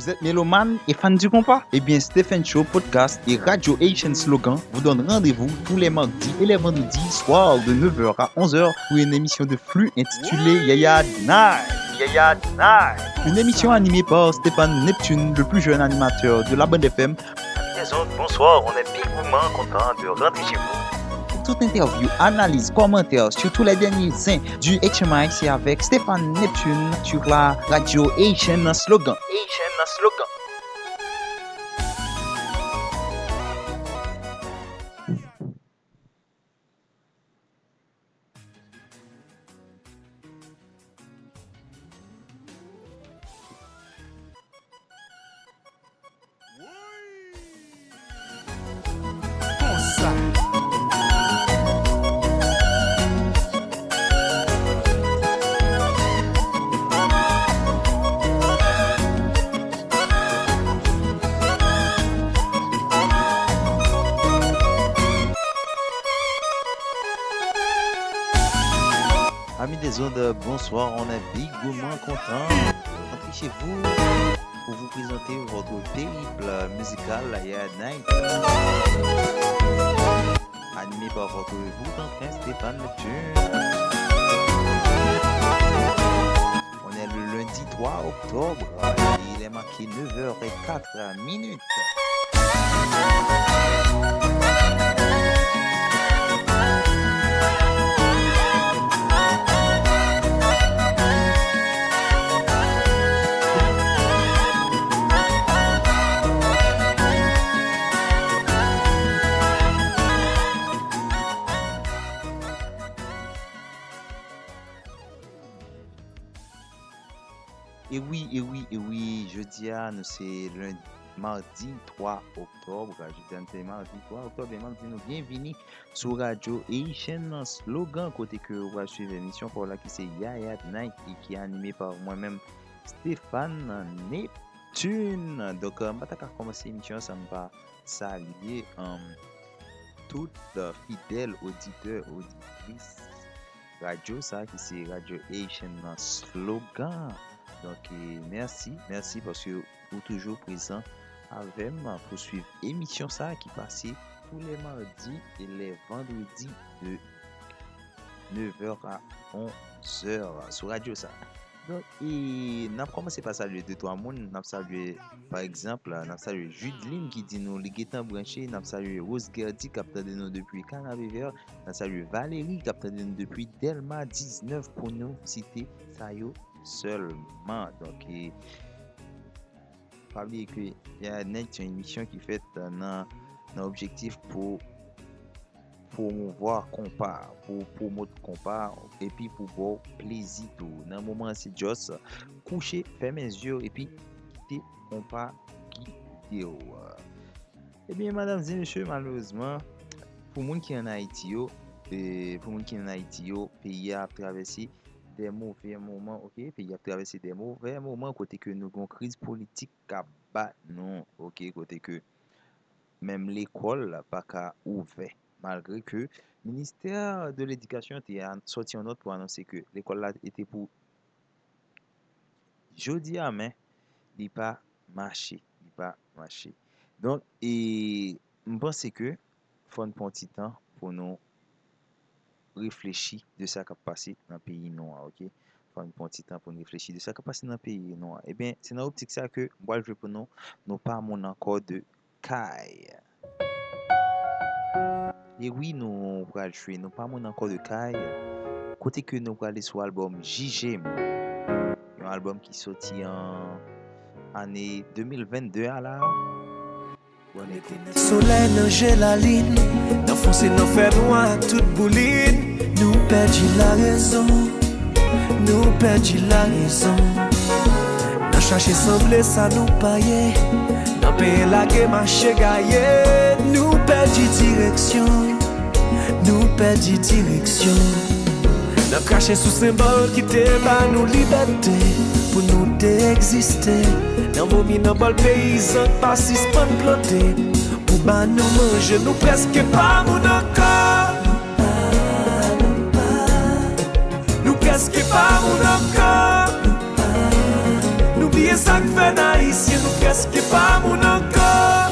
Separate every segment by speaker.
Speaker 1: Vous êtes mélomane et fan du compas? Eh bien, Stephen Show Podcast et Radio Haitian Slogan vous donnent rendez-vous tous les mardis et les vendredis soirs de 9h à 11h pour une émission de flux intitulée Yaya Night. Yaya Night. Une émission animée par Stéphane Neptune, le plus jeune animateur de la bande FM.
Speaker 2: Amis des autres, bonsoir, on est bigouement content de rentrer chez vous.
Speaker 1: Toute interview, analyse, commentaires sur tous les derniers saints du HMI, c'est avec Stéphane Neptune sur la radio Haitian Slogan.
Speaker 2: Haitian Slogan.
Speaker 1: Amis des ondes, bonsoir, on est bigouement content de rentrer chez vous pour vous présenter votre périple musical Yaya Night, animé par votre bouton Stéphane Neptune. On est le lundi 3 octobre et il est marqué 9h04. Et oui, jeudi, c'est lundi, mardi 3 octobre. Jeudi, c'est mardi 3 octobre. Et mardi, nous bienvenue sur Radio Haitian Slogan, côté que vous allez suivre l'émission pour là qui c'est Yaya Night et qui est animé par moi-même, Stéphane Neptune. Donc, je vais commencer l'émission, ça me va saluer toutes fidèles auditeurs, auditrices radio, ça qui c'est Radio Haitian Slogan. Donc, merci parce que vous êtes toujours présent avec moi pour suivre l'émission ça qui passe tous les mardis et les vendredis de 9h à 11h sur Radio ça. Donc, on a commencé par saluer 2-3 personnes. On a salué, par exemple, on a salué Judeline qui dit nous, les guettants branchés. On a salué Rose Gerdy qui a de nous depuis Canavivert. On a salué Valérie qui a de nous depuis Delma 19 pour nous citer Sayo seulement. Donc, pas oublier que il y a une émission qui fait dans objectif pour promouvoir compas, pour promouvoir compas et puis pour avoir plaisir tout. Dans un moment c'est juste coucher, fermer les yeux et puis quitter compas vidéo. Eh bien, mesdames et messieurs, malheureusement, pour les gens qui sont en Haïti, pays a traversé des mauvais moments, ok, pays a traversé des mauvais moments côté que nous avons une crise politique à bas non, ok, côté que même l'école pas qu'à ouvert malgré que le ministère de l'éducation a sorti une note pour annoncer que l'école là était pour jeudi à main il pas marché. Donc et je pense que faut un petit temps pour nous réfléchir de ça qui a passé dans le pays noir, ok? Faut un petit temps pour nous réfléchir de ça qui a passé dans le pays noir. Eh bien, c'est dans l'optique ça que moi je veux pour nous pas mon encore de caille. Et oui, nous allons jouer, nous pas mon encore de caille. Côté que nous allons aller sur l'album JG, un album qui sorti en année 2022 à la.
Speaker 3: Soleil dans la ligne, dans foncé dans faire noir toute bouline. Nous perdu la raison. Dans chercher semblé ça nous paye. Dans payer la guerre marché gaillé. Nous perdu direction. Dans cacher sous symbole qui te bat nous liberté pour nous d'exister. Dans vos mines dans bol paysan pas si span planté. Pour ba nous manger nous presque pas mon encore. Nous presque pas mon encore. Nous bien ça que fait ici nous presque pas mon encore.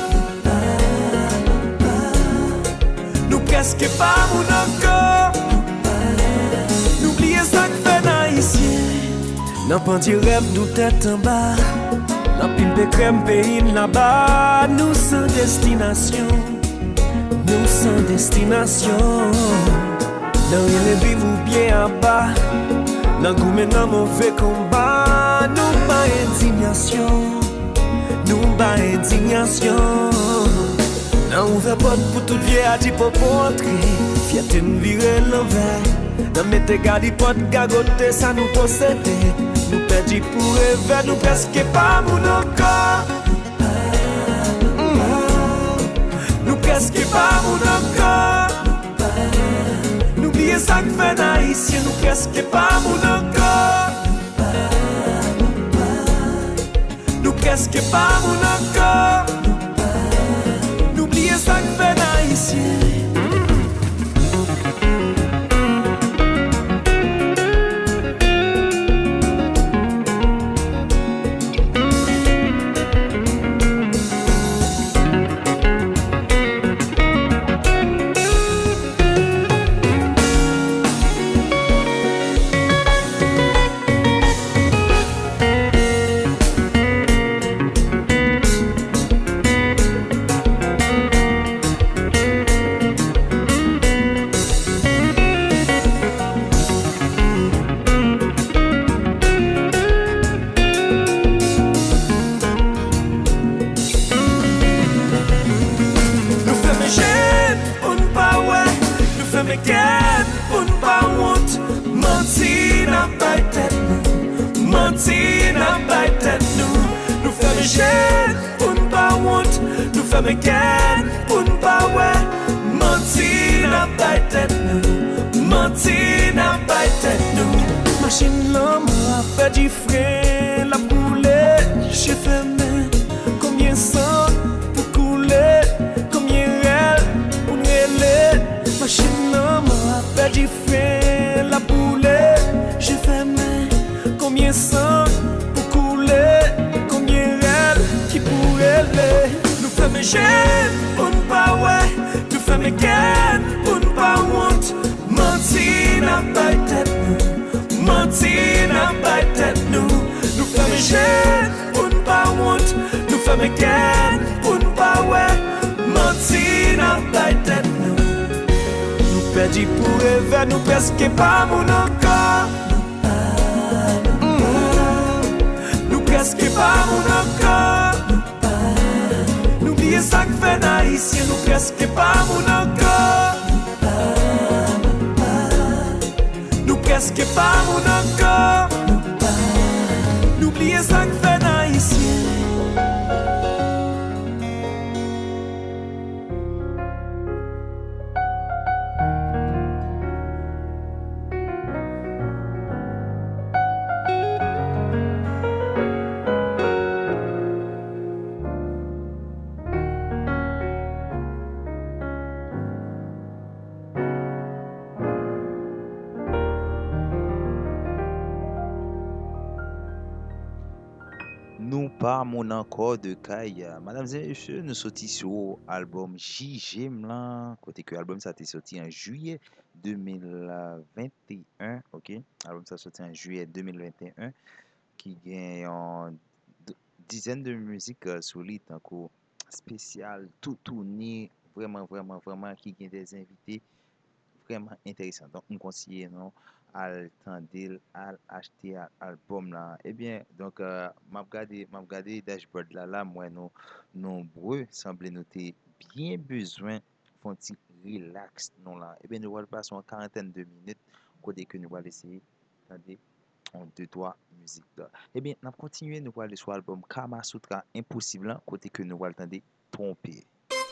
Speaker 3: Nous presque pas mon encore. N'oubliez ça que fait haïtien. Dans petit rêve nous tête en bas. Dans pile crème pays là-bas. Nous sans destination. Nous sans destination. Dans les vivre ou bien en bas. Dans goût maintenant mauvais combat. Nous pas indignation. Nous pas indignation. Dans ouvert porte pour toute vieille à dire pour entrer. Fierté nous virer l'envers. Dans mettre garder porte gagoter ça nous posséder. Nous perdis pour rêver nous presque pas mon encore. Nous presque pas mon encore. N'oubliez ça que fait haïtien nous presque pas mon encore. Nous presque pas mon encore. N'oubliez ça que fait haïtien. Machine l'homme a fait du frein, la poulet, j'ai fait main. Combien sang pour couler, combien réel pour réler. Machine l'homme a fait du frein, la poulet, j'ai fait main. Combien sang pour couler, combien réel qui pourrait les. Nous faisons gêne pour ne pas ouais, nous faisons gain pour ne pas honte. Mentir n'a pas tête. Mentir n'a pas tête nous. Nous faisons gêne pour ne pas honte. Nous faisons gain pour ne pas ouais. Mentir n'a pas tête nous. Nous perdis pour rêver, nous presque pas mon encore. Nous presque pas mon encore. N'oubliez ça que fait haïtien, nous presque pas mon encore. Presque pas mon encore. N'oubliez ça que fait haïtien.
Speaker 1: Pas mon encore de caille. Madame et messieurs, nous sortis sur album JGM là. Côté que l'album ça a été sorti en juillet 2021. Ok. L'album ça a sorti en juillet 2021. Qui gagne en dizaine de musiques solides. Encore spécial, tout tourné. Vraiment, qui gagne des invités. Vraiment intéressant. Donc, on conseille, non? Al tendil al acheter album là et bien donc m'a regardé dashboard là moi nous nombreux semble noter bien besoin font petit relax non là et bien nous allons passer en quarantaine de minutes côté que nous allons essayer attendez on 2-3 musiques et bien on continuer nous aller sur l'album Kama Sutra Impossible côté que nous allons attendre tromper.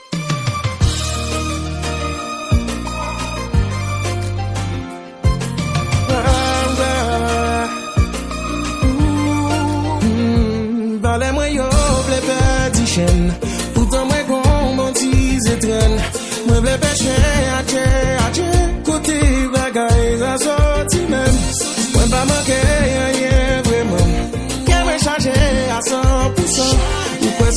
Speaker 4: Parlez-moi yo vle perdre chaîne. Pourtant moi gon mentis étrange. Moi vle pêcher à côté bagaille ça sorti même. Moi pas manquer rien vraiment. Qu'elle me charger à 100%.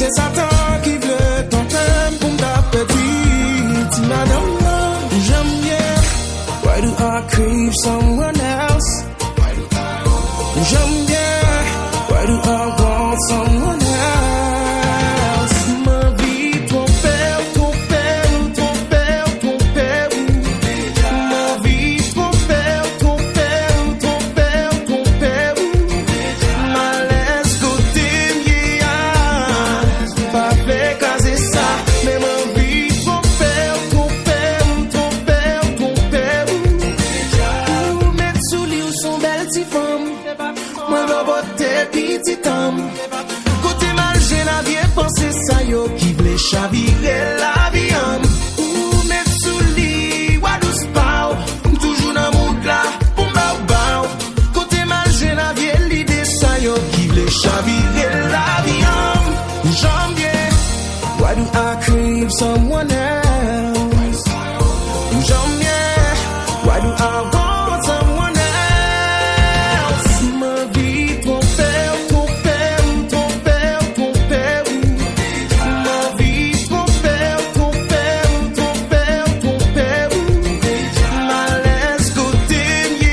Speaker 4: crave someone else? J'aime bien. Why do I want someone else? Ma vie, ton père, ton père, ton père, ton père. Ma vie, ton père, ton père, ton père, ton père. Ma laisse côté mia. Pas fait caser ça. Mais ma vie, ton père, ton père, ton père, ton père. Ou mettre sous lit ou son belle petite femme. Moi va voter petit homme. Côté mal j'ai la vie pensé ça yo qui voulait chavirer la vie homme. Ou mettre sous lit ou douce pao. Toujours dans mon là pour bao. Côté mal j'ai la vie l'idée ça yo qui voulait chavirer la vie homme. J'aime bien. Why do I crave someone else? J'aime bien. Why do I want someone else? Ma vie, ton père, ton père, ton père, ton père. Ma vie, ton père, ton père, ton père, ton père. Ma laisse côté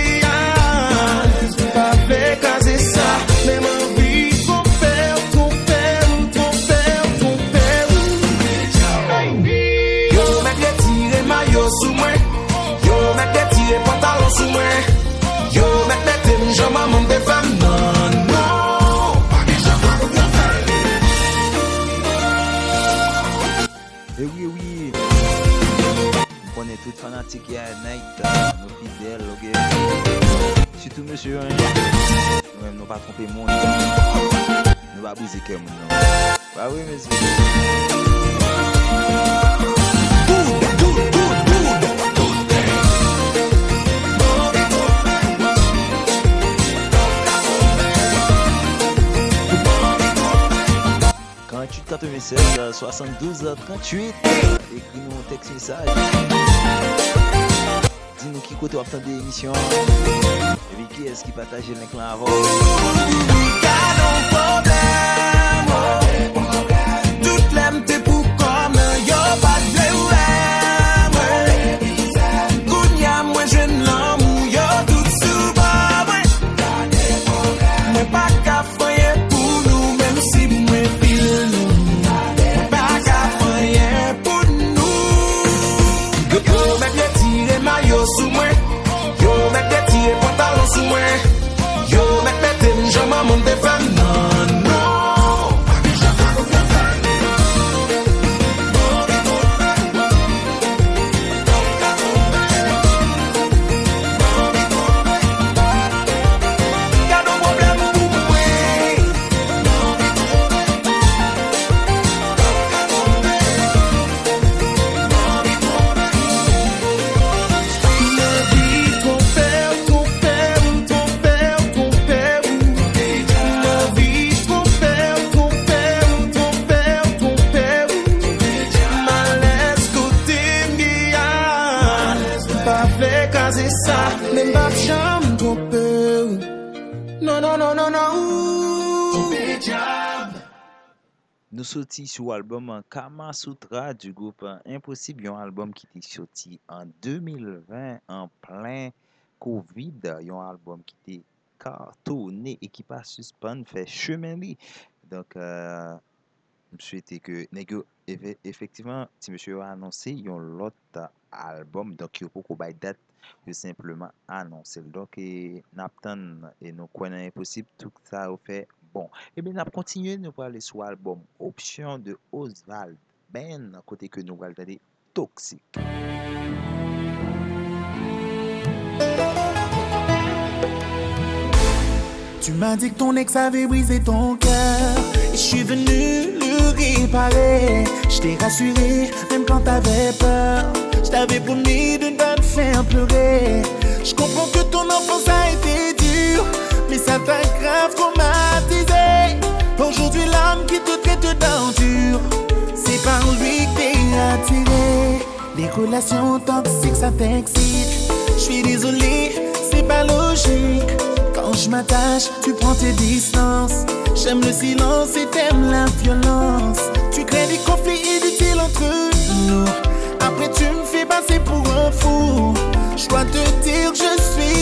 Speaker 4: mia. Pas fait caser ça. Mais ma vie, ton père, ton père, ton père, ton père. Yo, mec, les tirer maillot sous moi. Yo, mec, les tirer pantalon sous moi. Yo, mec, les tirer jambes à mon des femmes. Non, non. Pas des jambes à mon des femmes.
Speaker 1: Et oui. On est tous fanatiques à Night, nos fidèles, ok. Surtout monsieur, hein. Nous-mêmes, nous pas tromper monde. Nous pas briser cœur, non. Bah oui, monsieur. Tu 96 72 38. Écris-nous un texte message. Dis-nous qui côté obtient des émissions. Et puis qui est-ce qui partage le link là avant.
Speaker 4: Toute l'aime t'es pour comme yo pas de Gounia moi jeune l'homme yo tout sous bas moi pas qu'à faire pour nous même si moi file nous pas qu'à faire pour nous yo mec les tirer maillot sous moi yo mec les tirer pantalon sous moi yo mec les jambes à mon des femmes non non.
Speaker 1: Nous sortis sur l'album Kama Sutra du groupe Impossible, un album qui était sorti en 2020 en plein Covid, un album qui était cartonné et qui pas suspend fait chemin li. Donc je souhaitais que effectivement si monsieur a annoncé un autre album donc il faut qu'on bail date de simplement annoncer. Donc n'attend et nous connaissons Impossible tout ça au fait. Bon, et bien, on va continuer, nous allons aller sur l'album Option de Oswald Ben, côté que nous allons regarder Toxique.
Speaker 5: Tu m'as dit que ton ex avait brisé ton cœur et je suis venu le réparer. Je t'ai rassuré, même quand t'avais peur. Je t'avais promis de ne pas te faire pleurer. Je comprends que ton enfance a été dure, mais ça t'a grave traumatisé. Aujourd'hui l'homme qui te traite d'endure, c'est par lui que t'es attiré. Les relations toxiques ça t'excite. Je suis désolé, c'est pas logique. Quand je m'attache, tu prends tes distances. J'aime le silence et t'aimes la violence. Tu crées des conflits inutiles entre nous. Après tu me fais passer pour un fou. Je dois te dire que je suis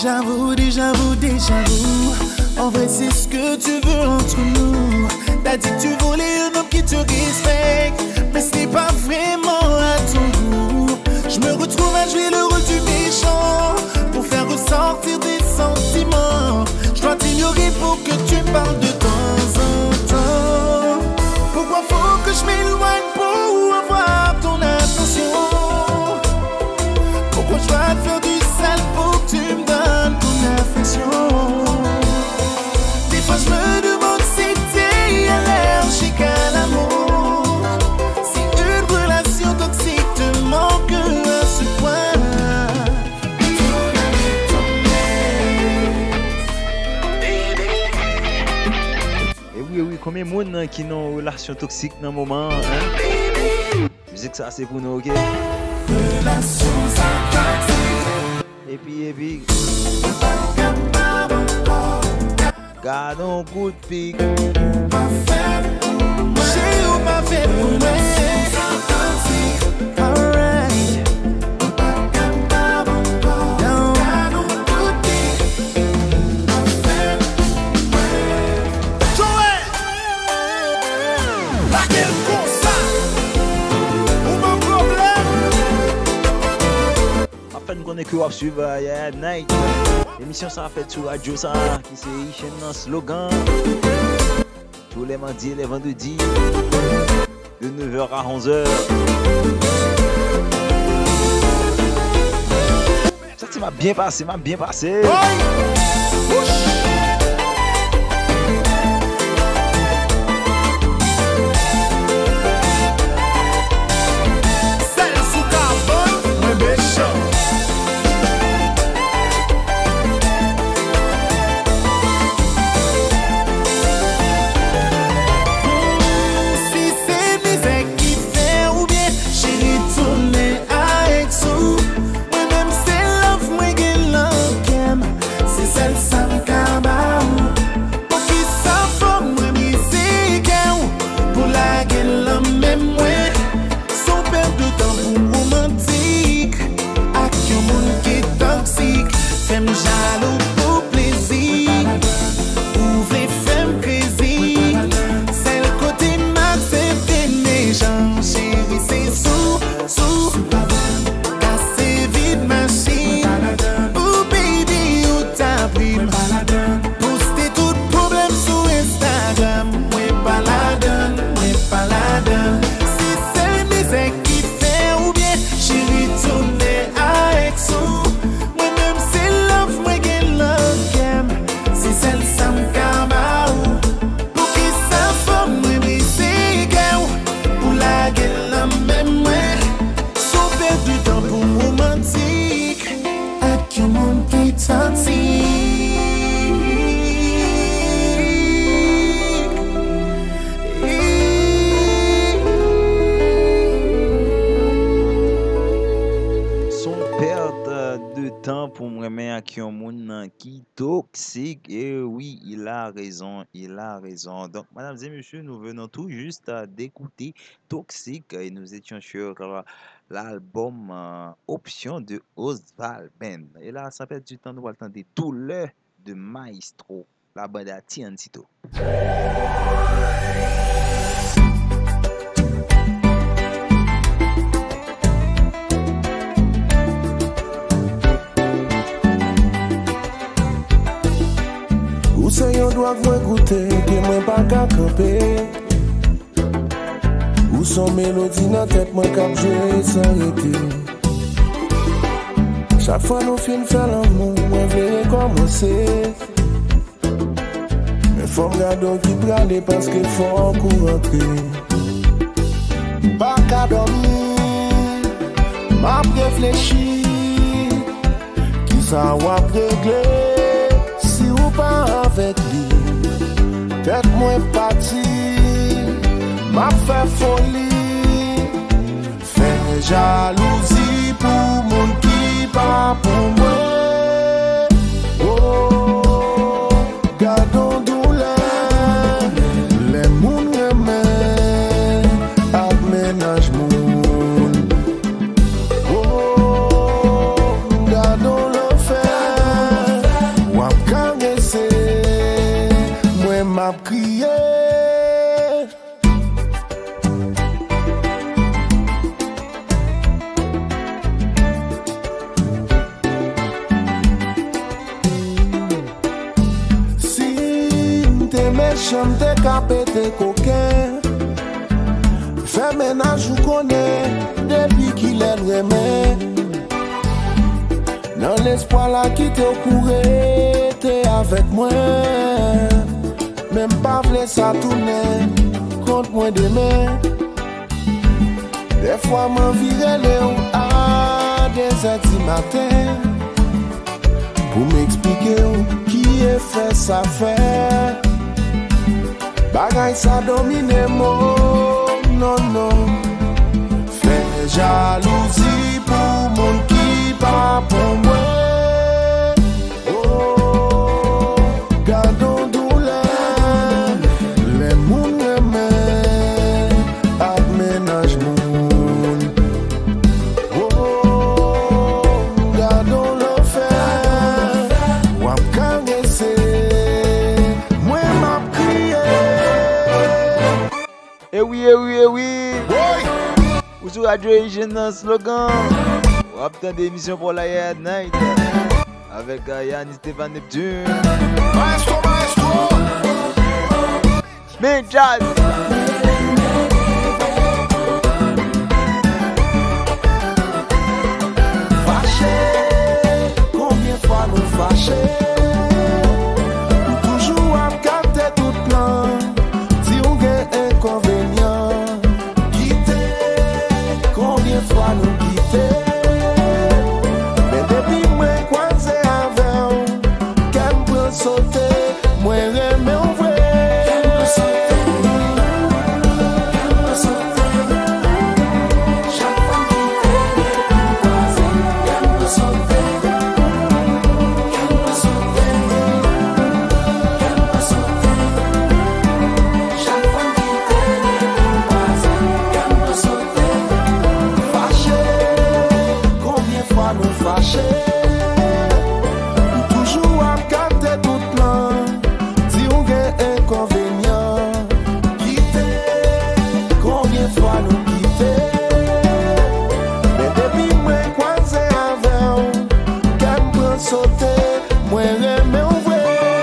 Speaker 5: Déjà vous. En vrai, c'est ce que tu veux entre nous. T'as dit que tu voulais un homme qui te respecte, mais ce n'est pas vraiment à ton goût. Je me retrouve à jouer le rôle du méchant pour faire ressortir des sentiments. Je dois t'ignorer pour que tu me parles de temps en temps. Pourquoi faut que je m'éloigne pour avoir ton attention? Pourquoi je dois faire du sale pour que tu me donnes ton affection? Des fois je me demande si t'es allergique à l'amour, si une relation toxique te manque à ce point.
Speaker 1: Et oui, combien de monde qui ont une relation toxique dans le moment, hein? Je sais que ça c'est pour nous, ok?
Speaker 5: Relation toxique.
Speaker 1: Et puis, garde un coup de pique.
Speaker 5: J'ai ou pas fait pour moi. Alright. Joël, laquelle comme ça? Ou mon problème?
Speaker 1: Après, nous connaissons que vous suivre Yeah Night. L'émission ça a fait sur Radio ça, qui c'est chaîne dans slogan. Tous les mardis et les vendredis, de 9h à 11h. Ça m'a bien passé,
Speaker 5: Celle sous carbone, moins méchant. Si c'est musique qui fait ou bien chérie tourner avec sous. Moi-même c'est love, moi qui l'aime. C'est celle sans cabane. Pour qui ça faut moi musique pour la gueule même moi. Sans perdre de temps pour romantique. Avec un monde qui est toxique. Femme jaloux pour plaisir. Ouvrez femme crazy. C'est le côté m'accepter mes gens. Chérie c'est sous. Casser vite machine. Oh baby ou ta prime. Poster tout problème sur Instagram. Moi pas la donne. Si c'est musique qui fait ou bien chérie tourner avec sous. Moi-même c'est love, moi qui l'aime. C'est celle sans cabane. Pour qui ça fait moi musique pour la gueule même moi. Sans perdre du temps pour romantique. Avec un monde qui est toxique.
Speaker 1: Son perte de temps pour me remettre à qui un monde qui toxique. Et oui, il a raison. Donc, mesdames et messieurs, nous venons tout juste d'écouter Toxique et nous étions sur l'album Option de Oswald Ben. Et là, ça fait du temps, nous allons entendre Douleur de Maestro, la bande à Tiantito.
Speaker 4: Ou se yon doit moi goûter que moi pas qu'à camper. Ou son mélodie dans tête moi cap jouer sans arrêter. Chaque fois nous fin faire l'amour, moi veux recommencer. Mais faut me garder qui prale parce que faut encore rentrer. Pas qu'à dormir, m'a réfléchi. Qui ça va régler? Si ou pas avec lui, tête moins parti, m'a fait folie, fait jalousie pour mon qui pas pour moi. Oh, gardons douleur, les moun remède, aménage moun. Oh, gardons l'enfer. chambre de capé de coquin. Fais ménage ou connaît depuis qu'il est remet. Dans l'espoir là qui te courait, t'es avec moi. Même pas vle ça tourner contre moi demain. Des fois m'en virer à des heures du matin pour m'expliquer qui est fait ça fait. Bagay ça domine moi, non non. Fait jalousie pour mon qui pas pour moi. Oh, gardons douleur, les moun remè, aménage moun. Oh, gardons l'enfer, wap caresse, moi m'a crié.
Speaker 1: Eh oui, eh oui, eh oui. Ou sur Radio Haïtienne Slogan. Ou obtenir des émissions pour la Yard Night. Avec Yannis Stéphane Neptune.
Speaker 4: Maestro, maestro.
Speaker 1: Mais jazz.
Speaker 4: Fâché, combien de fois nous fâché? Toujours à capter tout plan. Si on a inconvénient, quitter, combien de fois nous quitter? Mais depuis moi, croisé avec, qu'elle peut sauter, moi remets en vrai. Toujours à capter tout plan. Si on a inconvénient, quitter, combien de fois nous quitter? Mais depuis moi croisé avec, qu'elle peut sauter, moi remets en vrai.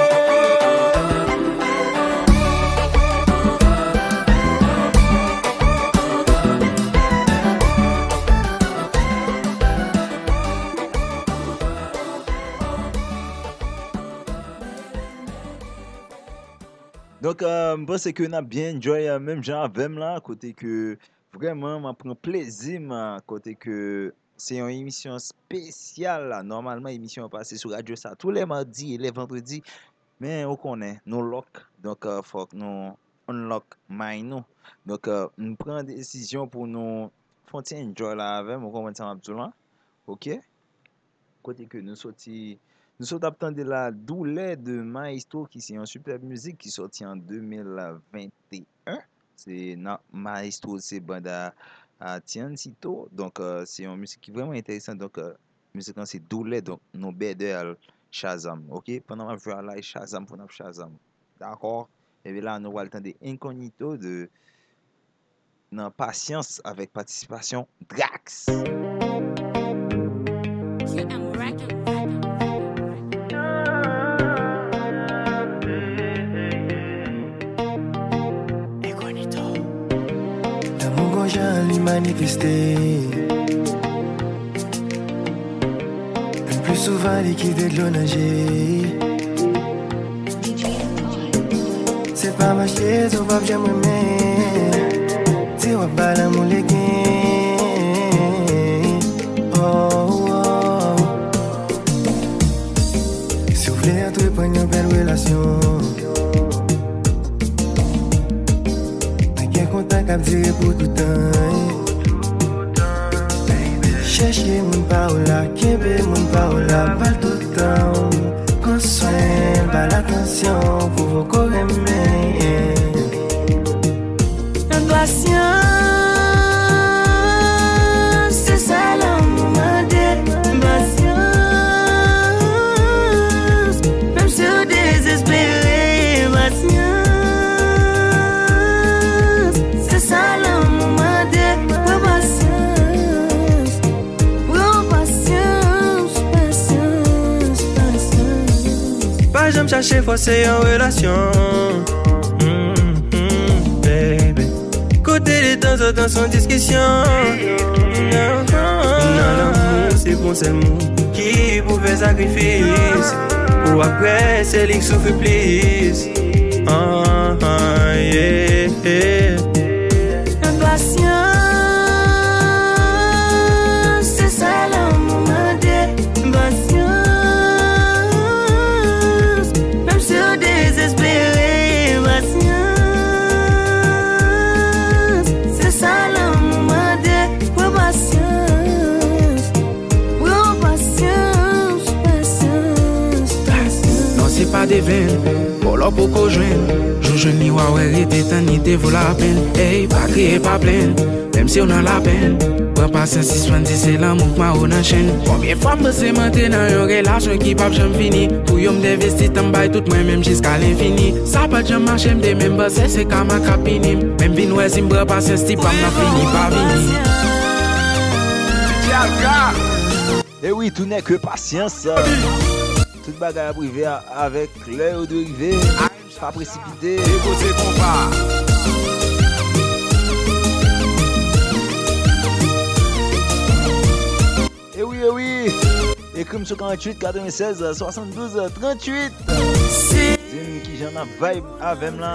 Speaker 1: Donc, je pense que nous avons bien enjoyé même genre avec là, côté que vraiment, je prends plaisir, côté que c'est une émission spéciale là. Normalement, l'émission est passée sur Radio ça tous les mardis et les vendredis, mais on connaît, nous lock, donc faut que nous unlock mind nous. Donc, on prend des décisions pour nous faire enjoy là avec, on commence à là, ok? Côté que nous sortis. Nous sommes attendus la douleur de Maestro qui c'est une superbe musique qui sortit en 2021. C'est Maestro, c'est bande à Tiancito. Donc c'est une musique qui est vraiment intéressante. Donc musique c'est douleur donc nous bedel Shazam. OK, pendant que je vais aller Shazam pour nous Shazam. D'accord? Et bien là nous allons attendre Incognito de patience avec participation Drax.
Speaker 3: Manifester. Le plus souvent, les quitter de l'eau nager. C'est pas ma chaise, on va bien m'aimer. C'est on va la mouléguer. Oh, oh. Si vous voulez entrer pour une belle relation, t'as content qu'à me dire pour tout le temps. Chercher mon paola, kebe mon paola, pas tout le temps. Qu'on soigne, pas l'attention pour vos corrémés. Impatience, c'est ça l'amour impatience, même si on désespéré, impatience, c'est ça l'amour j'aime chercher forcer en relation. de temps en temps sans discussion. Non, l'amour, c'est bon, c'est le mot qui pouvait sacrifice. Ou après, c'est lui qui souffre plus. Yeah.
Speaker 6: Impatience, c'est ça l'amour, patience. Même si on désespéré, patience. C'est ça l'amour, patience. Patience.
Speaker 4: Non, c'est pas des veines. Pour l'or pour qu'on joigne. Je n'y vois ouais, éternité vaut la peine. Hey, pas crier, pas plaindre. Même si on a la peine. Prends patience, si soin dit c'est l'amour que m'a on enchaîne. Combien de femmes se monter dans une relation qui pas jamais fini. Pour yon m'investir en bail tout moi-même jusqu'à l'infini. Ça pas jamais marcher, m'de même bosser, c'est comme un capini. Même vin ouais, si m'prends patience, si pas m'a fini, pas fini.
Speaker 1: Et oui, tout n'est que patience. Toute bagarre à priver avec l'heure de river. Pas précipité.
Speaker 4: Écoutez compas.
Speaker 1: Et oui. Écrit sur 48, 96, 72, 38. C'est une qui j'en a vibe avec là.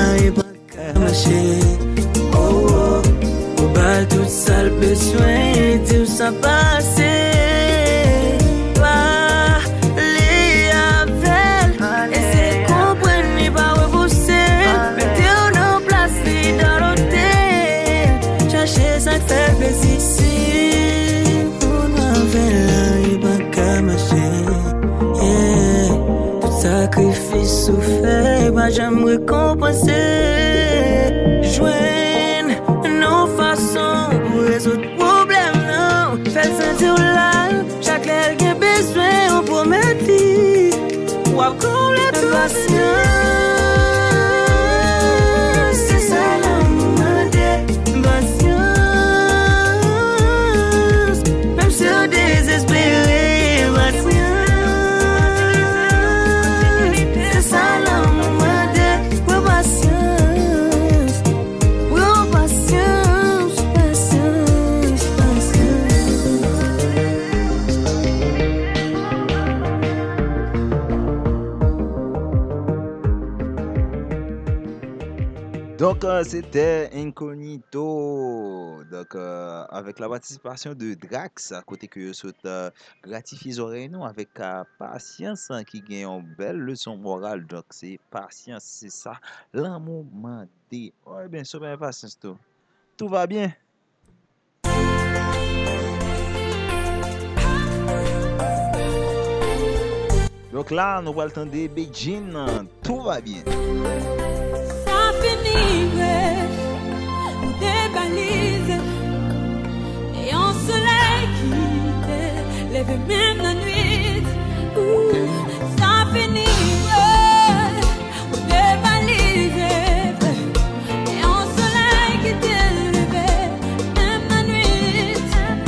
Speaker 6: Oh, au bal tout ça le besoin, tout ça passer. Sacrifice souffert, bah j'aime récompenser. Joindre nos façons pour résoudre problème, non. Faites sentir là, chaque l'air qui a besoin, on promet lui. Ou à complète patience, c'est ça l'amour de patience. Même si on désespéré, patience.
Speaker 1: Donc, c'était Incognito. Donc, avec la participation de Drax, à côté que ce gratifie les oreilles, nous, avec patience qui gagne une belle leçon morale. Donc, c'est patience, c'est ça. L'amour m'a dit. Oh, bien sûr, bien patience, tout. Tout va bien. Donc là, nous allons entendre Beijing. Tout va bien.
Speaker 7: Des balises et en soleil qui lève même la nuit. Ça finit des balises et en soleil qui lève même la nuit.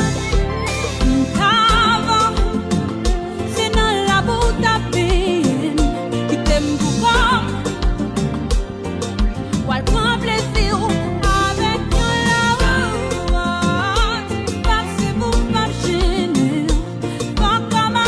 Speaker 7: Avant, c'est dans la boue à peine qui t'aime beaucoup. Prends plaisir avec la route, parce que vous pas gêner, pas comme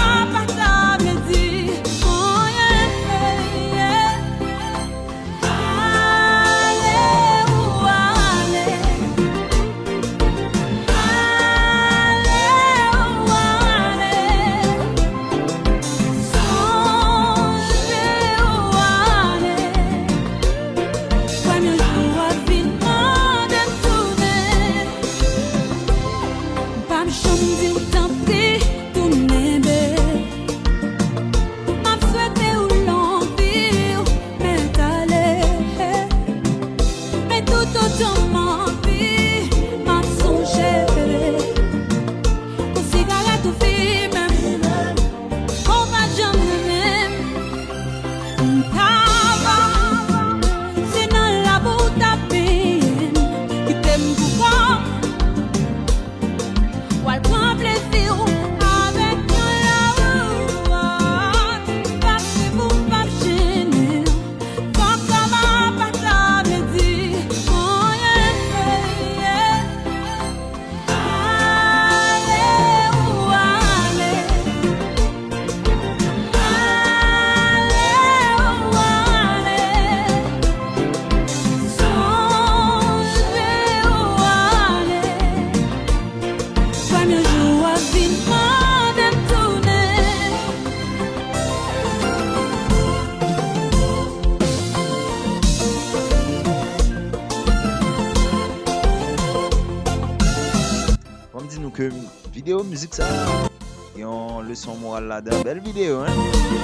Speaker 1: que vidéo musique ça, et on leçon morale là-dedans, belle vidéo, hein.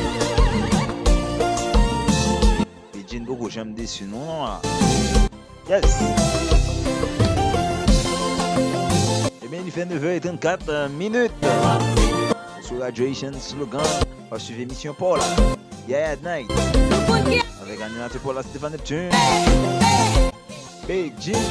Speaker 1: Et Jean beaucoup j'aime déçu, non là. Yes. Eh bien, il fait 9h34 minutes. Sur Radio Haitian Slogan, on va suivre l'émission Paul. Yeah at night. Avec animateur Paul Stéphane Neptune. Big G.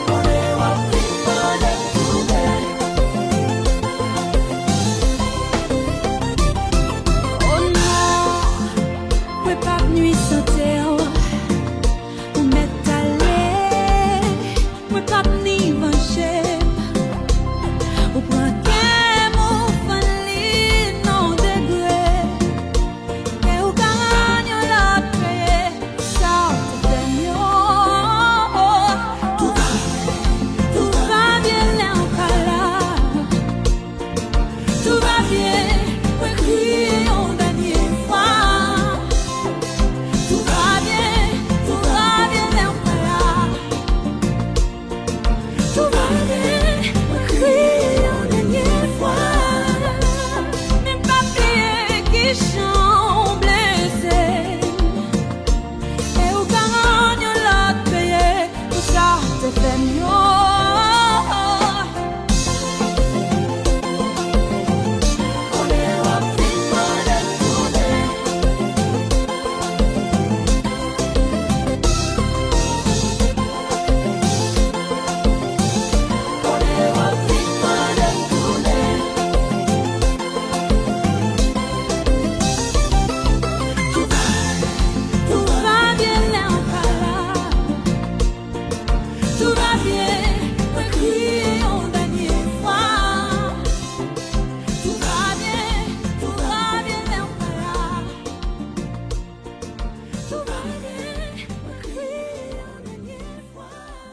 Speaker 7: Oh non, ouais pas nuit sans terre, ou mettre à l'air, ouais pas ni manger, ou prendre qu'un mot fanli non degré, et ou gagne la paix, ça te fait mieux. Tout va bien là en cala, tout va bien, ouais crier en dernière fois. Tout va bien là en cala, tout va bien, ouais crier en dernière fois. Même papier qui chante blessé, et au gagne l'autre payé, tout ça te fait mieux. Tout va bien là en cala, tout va bien, ouais crier en dernière fois. Tout va bien là en cala, tout va bien, ouais crier en dernière fois.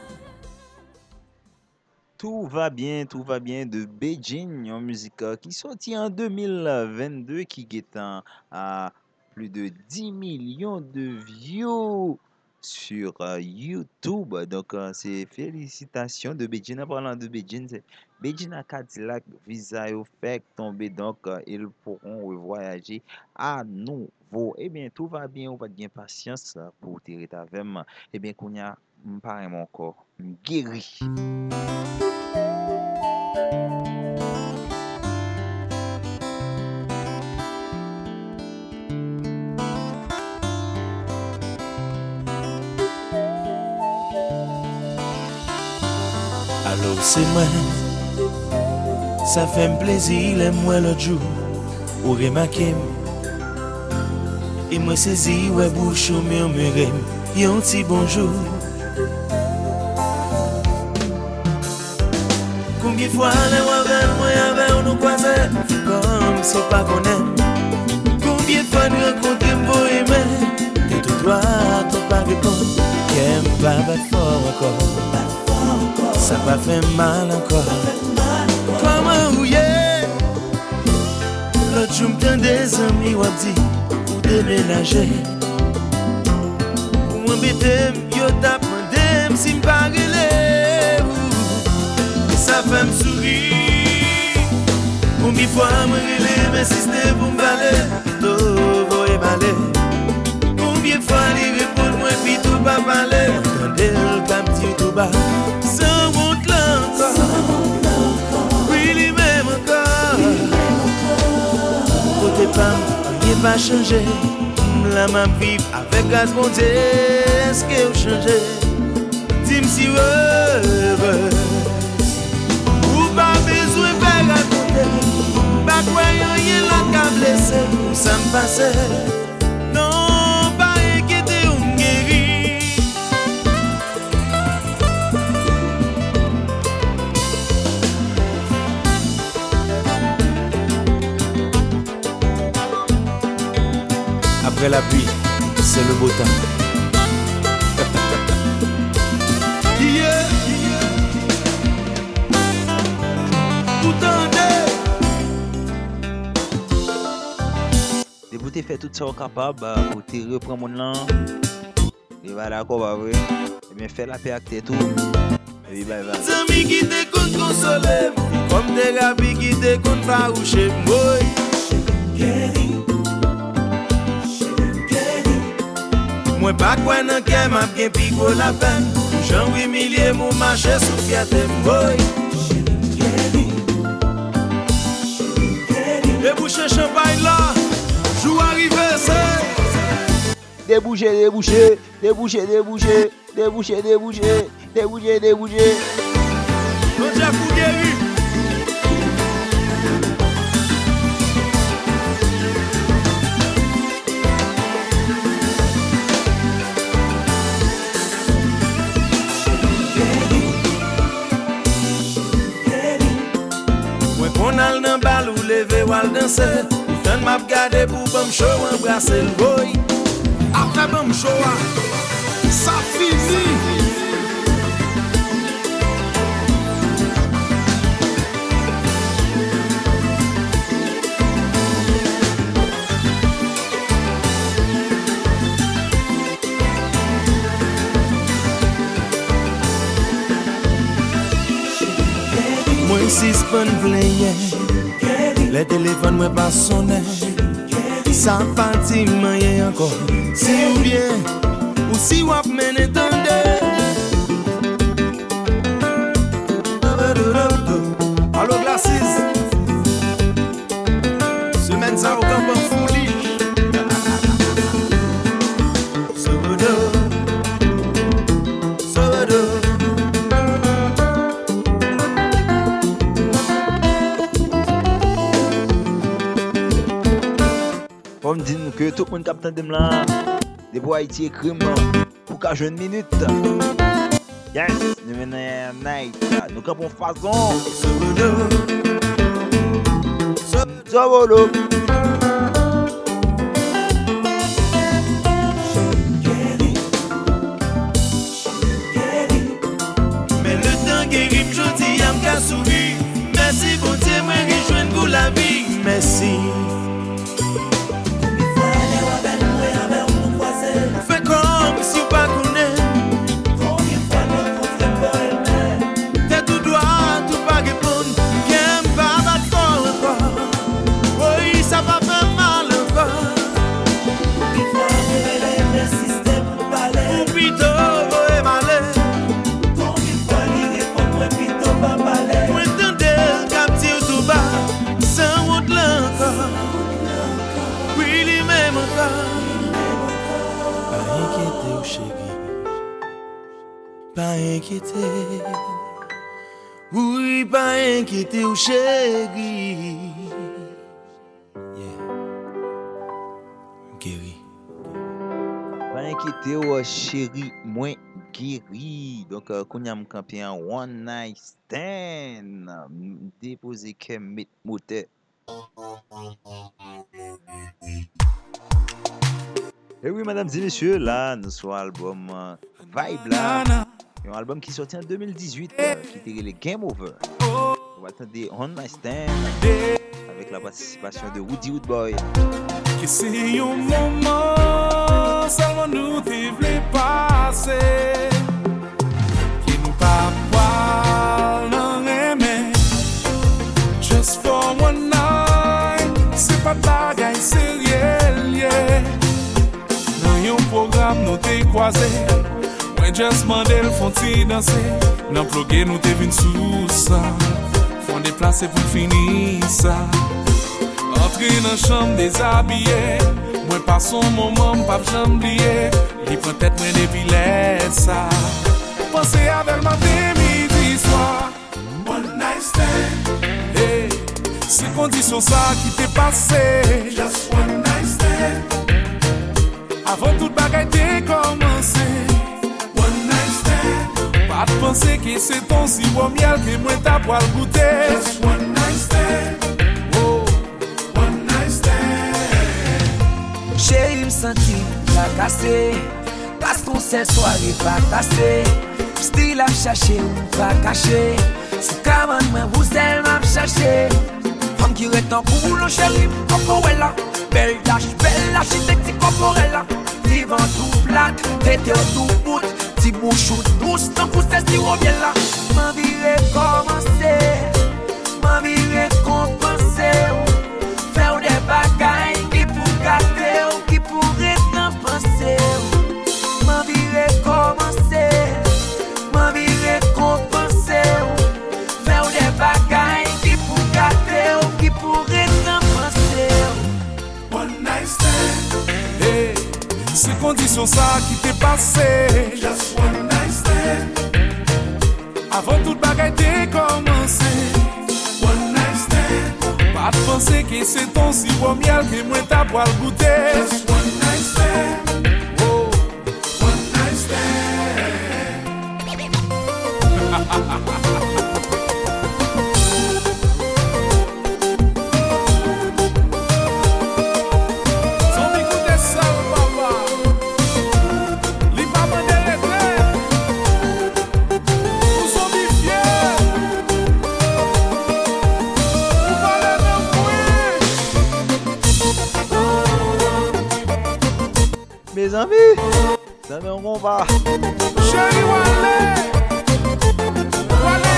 Speaker 1: Tout va bien de Beijing en musique qui sortit en 2022 qui est à plus de 10 millions de views sur YouTube. Donc c'est félicitations de Beijing. En parlant de Beijing, c'est Beijing à Cadillac Visa au fait tomber donc ils pourront voyager à nouveau. Eh bien tout va bien, on va bien patience pour tirer ta vem. Eh bien qu'on y a pas encore guéri.
Speaker 3: Allô, c'est moi. Ça fait un plaisir, les moi l'autre jour. Ou remarquer. Et moi saisi, ouais, bouche ou murmurer. Yon petit bonjour. Combien de fois les wavels, moi avec nous croiser. Comme si pas qu'on aime. Combien de fois nous rencontrer, moi aimer. Et tout toi, ton pas répondre. Qu'aime pas battre fort encore. Ça va fait mal encore. Comment ou yeah? L'autre jour m'tend des amis ou dit ou déménager. Ou m'embêter, yo t'appendem si m'pas relève. Et ça fait m'sourire. Combien de fois m'relève m'insister pour m'baler. Tout va et baler. Combien de fois il répond moi puis tout pas parler. Entendez le pas petit tout bas. Côté femme, rien pas changé. La main vive avec gaz monté. Est-ce que vous changez? Dis-moi si heureuse. Ou pas besoin de raconter. Pas croyant rien la qu'a blessé. Où ça me passait? Non, pas inquiété ou m'guérir. Après la pluie, c'est le beau temps. Yeah.
Speaker 1: Des bouteilles fait tout ça capable pour te reprendre mon nom. Et voilà d'accord, bah oui. Eh bien, fais la paix avec tes tout. Oui, bye bye.
Speaker 3: Zami qui te compte consoler, comme des rapi qui te compte faroucher, moi. Moi pas quoi nan kè m'a bien pico la peine. Jean humilié mon marché sous fierté, moi. Débouché champagne là, jour arrivé c'est.
Speaker 1: Débouché.
Speaker 3: Non j'ai pour guéri. Moi qu'on a le bal ou lever ou al danser. Tant m'a regardé pour bon show embrasser le boy. Après bon show, ça finit. Moi ici spawn player. Les téléphones moi pas sonner. Ça parti moyen encore. Si ou bien ou si ou ap mène tande. Allo glasses. Semaine ça au camp en folie.
Speaker 1: On dit nous que tout le monde capte de là. Des bois Haïti crime pour qu'à jouer une minute. Yes, nous venons à night. Nous capons façon. Solo.
Speaker 3: Mais le temps guérit, je dis à m'ka souri. Merci bon Dieu, moi rejoindre pour la vie. Merci. Fais comme si vous pas connaît. T'es tout droit, tout pas répondre. Qu'aime pas battre fort encore. Oui, ça va faire mal encore. Ou plutôt, ouais, malé. Moi, t'entends le captif tout bas. Sans route là encore. Oui, lui-même encore. Pas inquiété, oui, pas inquiété, ou chérie. Yeah. Guéri.
Speaker 1: Pas inquiété, chérie, moins guéri. Donc, quand on a campé un one night stand, déposer qu'un mètre moteur. Et oui, mesdames et messieurs, là, nous sommes l'album Vibe là. Un album qui sorti en 2018, qui était le Game Over. On va attendre One Night Stand avec la participation de Woody Woodboy.
Speaker 8: Que c'est un moment, seulement nous devons passer. Qui nous pas voir, non aimer. Just for one night, c'est pas de bagaille sérieux, yeah. Dans un programme, nous t'es croisés. Just mandel font ti danser. Nan plogué nous te vin sous ça. Font déplacer pour finir ça. Entrer dans chambre déshabillé. Moi pas son moment pas jamais oublié. Li prend tête moi depuis l'aide ça. Pensez avec ma midi soir. One night stand. Hey, c'est condition ça qui t'est passé. Just one night stand. Avant toute bagaille t'est commencé. Pas de penser que c'est ton si bon miel que moi t'as pas le goûter. Just one night stand. Oh, one night stand.
Speaker 6: Chérie m'senti la cassé. Parce qu'on sait soirée pas cassé. Style à chercher ou pas caché. Sous cabane moi vous elle m'a cherché. Femme qui reste en boulot chérie, Cocorella. Belle dash, belle architecte Cocorella. Vivant tout plate, t'étais tout bout.
Speaker 3: petit bouchou douce, tant qu'on s'est dit au bien là. Ma vie recommencer, ma vie récompenser, faire des bagailles qui pour gâter ou qui pourrait t'en penser. Ma vie recommencer, ma vie récompenser, faire des bagailles qui pour gâter ou qui pourrait t'en penser.
Speaker 8: One night stand. Hey, c'est condition ça qui t'est passé. Just one night stand. Avant toute bagaille t'est commencé. One night stand. Pas de penser que c'est ton sirop miel que moi t'as pour le goûter. Just one night stand. Oh, one night stand.
Speaker 1: Mes amis, ça met un combat.
Speaker 8: Chérie Wale, Wale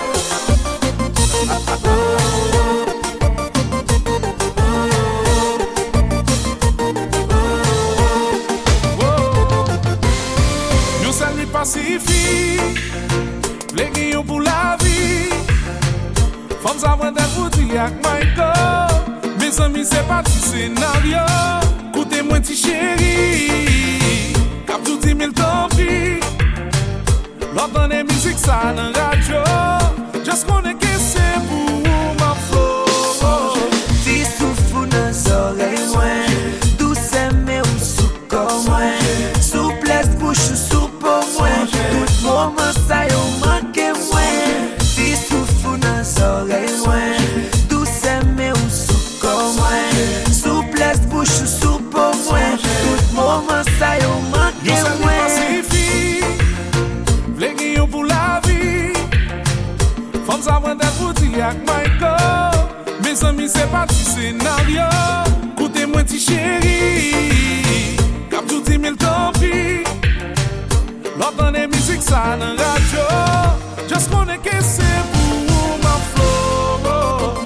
Speaker 8: Nous saluons Pacifique, les guillons pour la vie. Femmes avant d'être vous dire avec Michael. Mes amis, c'est pas du scénario. Écoutez-moi, petit chéri, cap tout 10 000 tant pis. L'entendre des musiques, ça dans la radio. Just connais que c'est pour ma flow.
Speaker 3: Ti souffle dans les oreilles, ouais. Douce aimée ou sous comme moi. Souplesse, bouche, soupe au moins. Tout moment, ça y a manqué, ouais. Ti souffle dans les oreilles, ouais. Douce aimée ou sous comme moi. Souplesse, bouche, soupe au moins. Tout moment, ça y a manqué, ouais.
Speaker 8: Les guillons pour la vie. Femmes avant d'être vous dire avec Michael. Mes amis, c'est pas du scénario. Écoutez-moi, petit chéri, cap tout 10 000 tant pis. L'entendre des musiques, ça dans la radio. Just connais que c'est pour ma flow.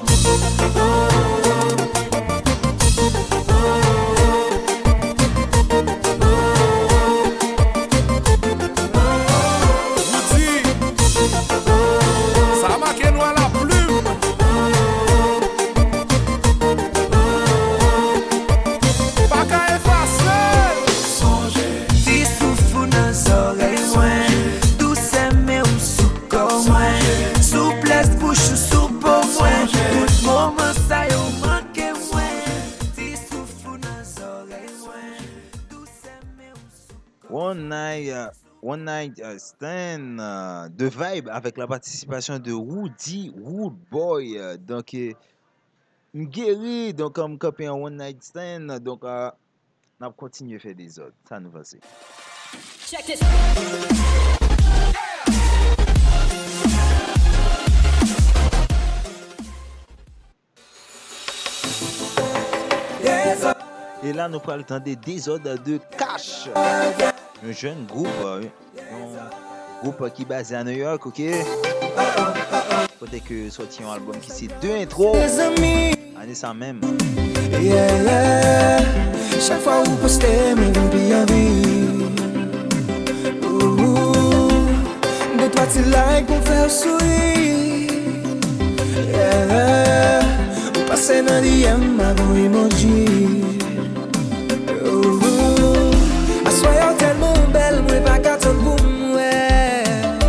Speaker 1: One Night Stand de Vibe avec la participation de Woody Woodboy. Donc, m'guéri, donc comme copie en One Night Stand. Donc, on va continuer à faire des autres. Ça nous va.
Speaker 9: Check it.
Speaker 1: Et là, nous prenons le temps des désordres de Cash. Un jeune groupe, un groupe qui est basé à New York, ok? Peut-être que sorti un album qui c'est 2 intros. Année ça même.
Speaker 3: Yeah, yeah. Chaque fois où postez, mais vous bien vu. De toi, tu like pour faire sourire. Yeah. Vous passez dans l'IM avant emoji. Soyons tellement belle, moi pas qu'à ton bout, ouais.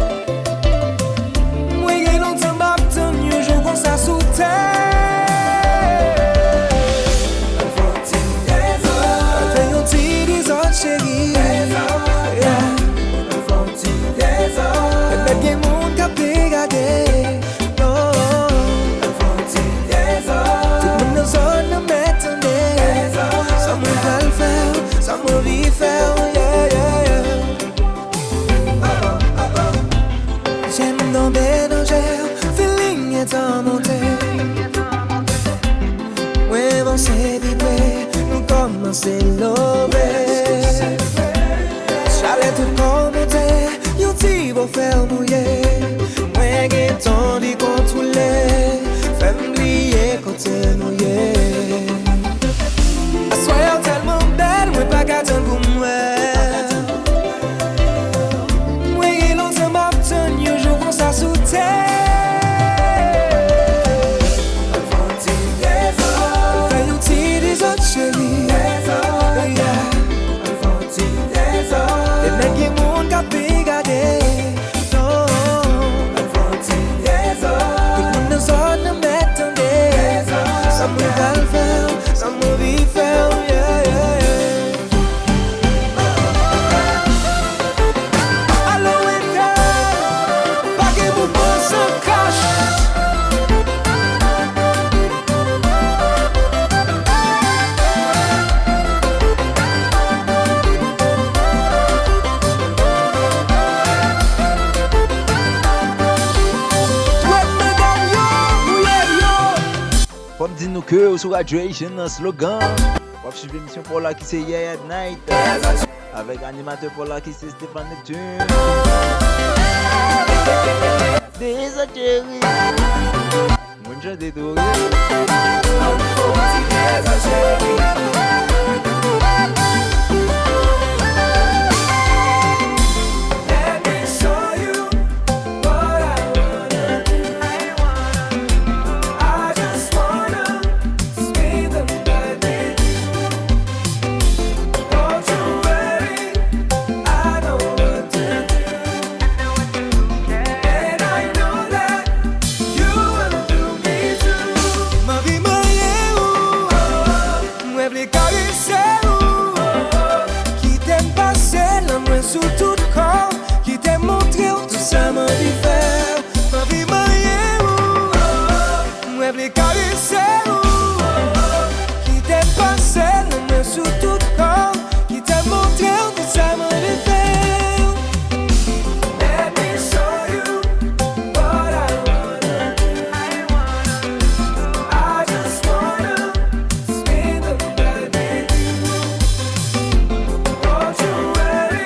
Speaker 3: Moi y'a longtemps baptême, un jour qu'on ça sous terre. Fais un petit désordre, chérie. Un petit désordre. Bébé, bien mon cap dégagé. Un petit désordre. Tout le monde dans zone, nous mettons des. Ça me va le faire, ça me vit faire. Dans des dangers, feeling est en montée. Ouais, avancez vite, nous commencer l'over. J'allais te commenter, qu'on fait mouiller. Moi j'ai tant d'y contrôler. Fais m'oublier quand t'es mouillé. Soyons tellement belle, moi pas qu'à t'en pour moi. Moi j'ai lancé ma tonne, yo jour qu'on ça sous terre. Chérie, les mecs qui m'ont capé garder. Non, tout le monde nous en m'attendait. Ça me va le faire, ça me vit faire, yeah, yeah, yeah. Allô, État, pas que vous pensez en cache.
Speaker 1: Comme dit nous que sur Graduation slogan. On va suivre l'émission pour là qui c'est Yeah at Night. Avec animateur pour là qui c'est Stéphane Neptune. Désolé. Mon Dieu dédoré.
Speaker 3: Sous tout corps, qui t'ai montré tout ça m'a dit faire. Ma vie m'a moi les caresser, qui t'ai passé la main sous tout corps, qui t'ai montré tout ça m'a dit faire. Let me show you what I wanna do. I just wanna spend the night with you. Don't you worry.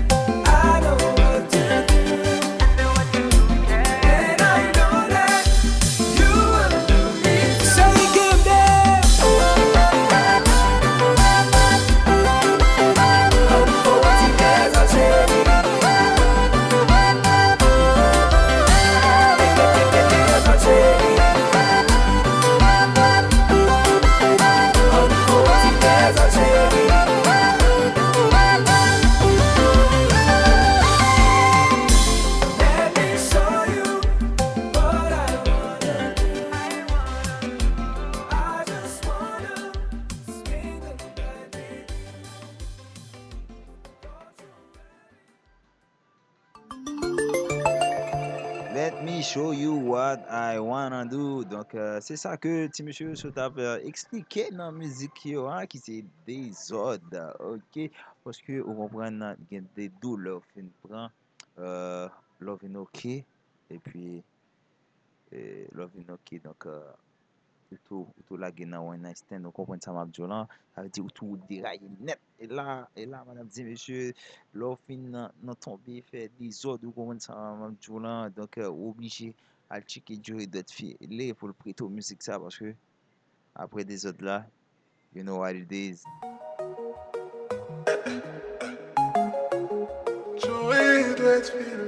Speaker 1: Let me show you what I wanna do. Donc, c'est ça que petit monsieur se tape expliqué dans la musique qui c'est des ordres, ok? Parce que vous comprenez, il y a des douleurs, fin prend, love in ok, et puis love in ok, donc tout la gagne dans un instant, donc comprenez ça m'a dit là, ça veut dire tout déraille net, et là madame dit monsieur, love in non tomber fait des ordres, vous comprenez ça m'a dit là, donc obligé à checker durer d'autres filles, là pour le prêter aux musique ça, parce que après des autres là, you know what it is.
Speaker 10: Joey doit être filmé.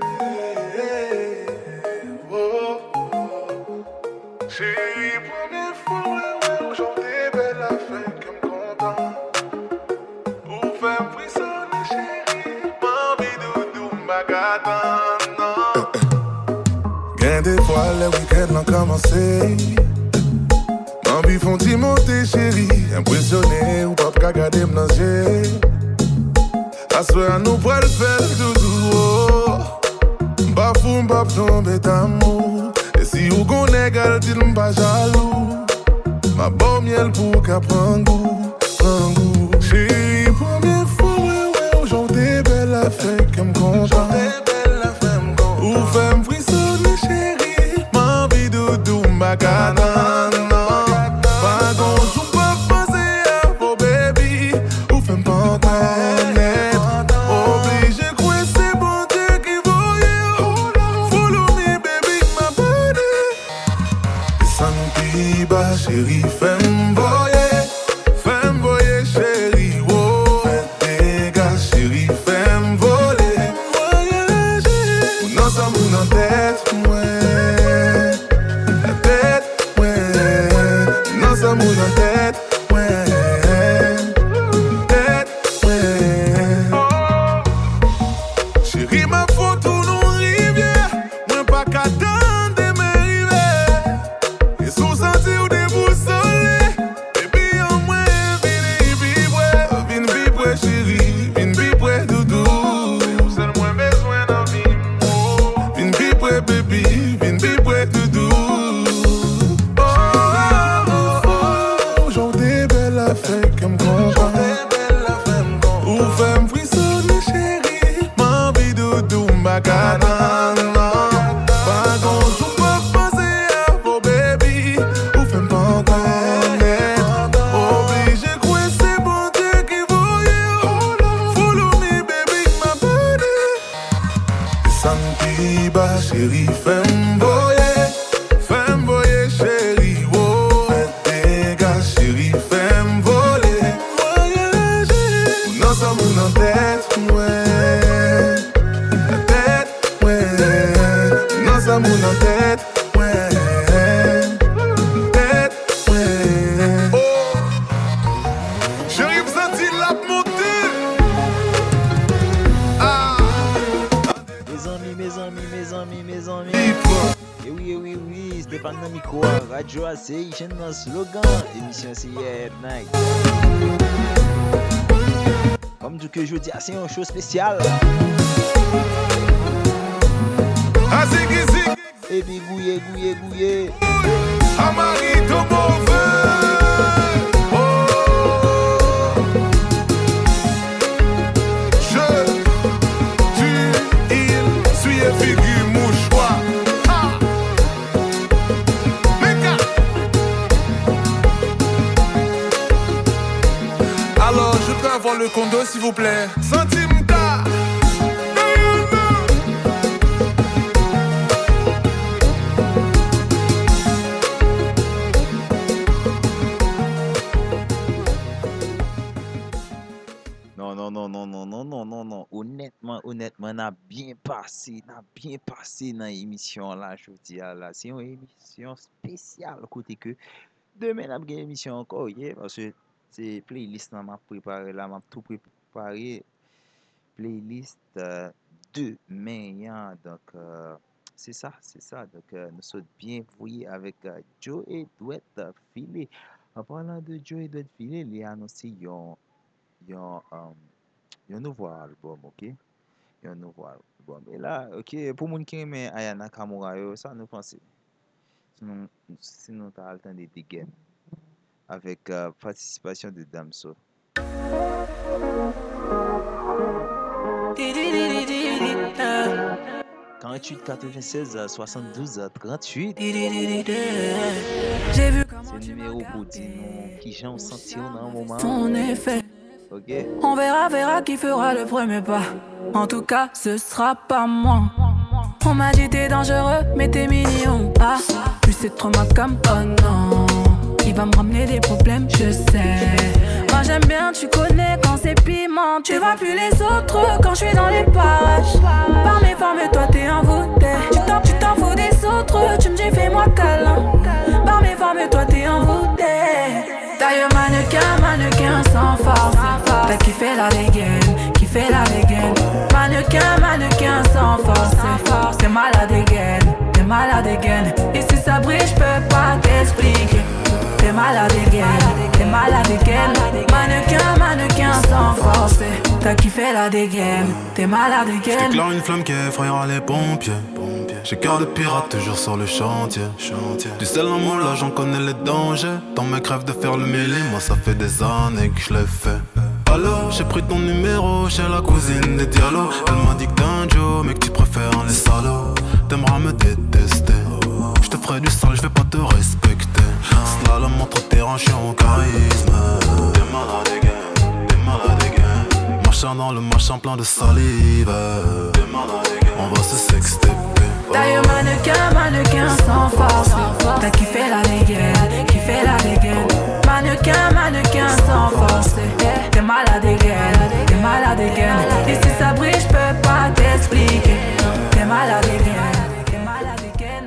Speaker 10: Chérie, première fois, ouais, aujourd'hui, belle la fin que m'content. Ou faire frissonner, chérie, m'envie doudou, m'agadan, non. Gain des fois, le week-end l'ont commencé. M'envie font-ils monter, chérie, impressionné, ou pas qu'à garder m'nager. À ce soir, nous pourrons le faire, doudou, oh. M'bafou, m'baf tomber d'amour. Et si vous connaissez, dites-moi pas jaloux. Ma bonne miel pour qu'à prendre goût, prendre goût. Chérie, première fois, ouais, aujourd'hui, belle la fin que m'content. Ou fait m'frissonner, chérie, m'envie doudou, m'agadan, non. Pas gonjou, pas passer à vos baby. Ou fait m'pantaner. Obligé, quoi, c'est bon Dieu qui voyait. la fait que me content. Ou fait me frissonner chérie, m'envie doudou m'bagana. Pas grand jour pas passer à vos baby, ou fait me pas connaître. Obligé quoi c'est bon Dieu qui voyait. Follow me baby ma body. Santi ba chérie fais-me voyer. Fais-me voyer chérie, oh. Fais dégâts chérie, fais-me voler. Voyager. Non ça mon en tête, ouais. La tête, ouais. Non ça mon en tête, ouais. Tête, ouais. Oh. Chérie, vous sentez la montée. Ah.
Speaker 1: Mes amis. Oui, Stéphane Namiko, Radio AC, chaîne dans slogan, émission c'est hier night. Comme du que je dis, c'est un show spécial. Et puis gouillé.
Speaker 10: Amarito mauvais. Oh. Je, tu, il, suis et figure mouchoir. Alors je peux avoir le condo s'il vous plaît. Centimeta.
Speaker 1: Non. Honnêtement, n'a bien passé dans l'émission là, je dis là. C'est une émission spéciale côté que demain n'a pas une émission encore, yeah, parce que c'est playlist là m'a préparé là, m'a tout préparé playlist demain, yeah. Donc c'est ça. Donc nous sommes bien voyés avec Joe et Douette Filet. En parlant de Joe et Douette Filet, il a annoncé un nouveau album, ok? Un nouveau album. Et là, ok, pour moun qui aime Aya Nakamura, ça nous pense. Sinon t'as le temps de dégainer avec participation de Damso. 48 96 72 38.
Speaker 6: J'ai vu
Speaker 1: c'est le numéro pour dire qui j'en sentir dans un moment.
Speaker 6: ton effet.
Speaker 1: Ok.
Speaker 6: On verra qui fera le premier pas. En tout cas, ce sera pas moi. On m'a dit t'es dangereux, mais t'es mignon. Ah, plus c'est trop ma cam, oh non. Il va me ramener des problèmes, je sais. Moi j'aime bien, tu connais quand c'est piment. Tu vois plus les autres quand je suis dans les parages. Par mes formes, toi t'es envoûté. Tu t'en fous des autres, tu me dis fais-moi câlin. Par mes formes, toi t'es envoûté. Taille mannequin sans force. T'as kiffé la dégaine, mannequin sans force. T'es malade again. Et si ça brille, j'peux pas t'expliquer. T'es malade again. Mannequin sans force. T'as kiffé la dégaine, t'es malade again.
Speaker 11: J'éclaire une flamme qui effrayera les pompiers. J'ai cœur de pirate toujours sur le chantier. Du sel en moi là j'en connais les dangers. Dans mes crèves de faire le mêlé, moi ça fait des années que je l'ai fait. Alors j'ai pris ton numéro chez la cousine des Diallo. Elle m'a dit que t'es un Joe mais que tu préfères les salauds. T'aimeras me détester. Je te ferai du sale, je vais pas te respecter. Slalom entre tes hanches en charisme. T'es malade again. Marchant dans le machin plein de salive. T'es malade again. On va se sexter.
Speaker 6: Taille mannequin sans force. T'as kiffé la dégaine. Mannequin sans force. T'es malade again. Et si ça brille, j'peux pas t'expliquer. T'es malade again.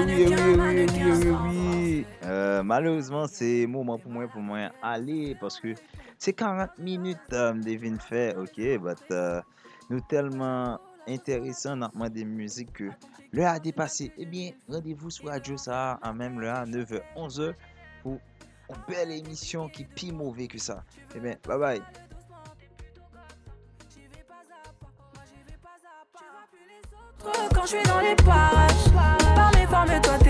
Speaker 1: Oui. Malheureusement, c'est moment pour moi aller parce que c'est 40 minutes devine faire, ok, but nous tellement intéressant dans des musiques que l'heure a dépassé. Eh bien, rendez-vous sur Radio ça à même l'heure 9h 11h pour une belle émission qui est plus mauvais que ça. Eh bien, bye bye.
Speaker 6: Quand je suis dans les parages, par mes formes, toi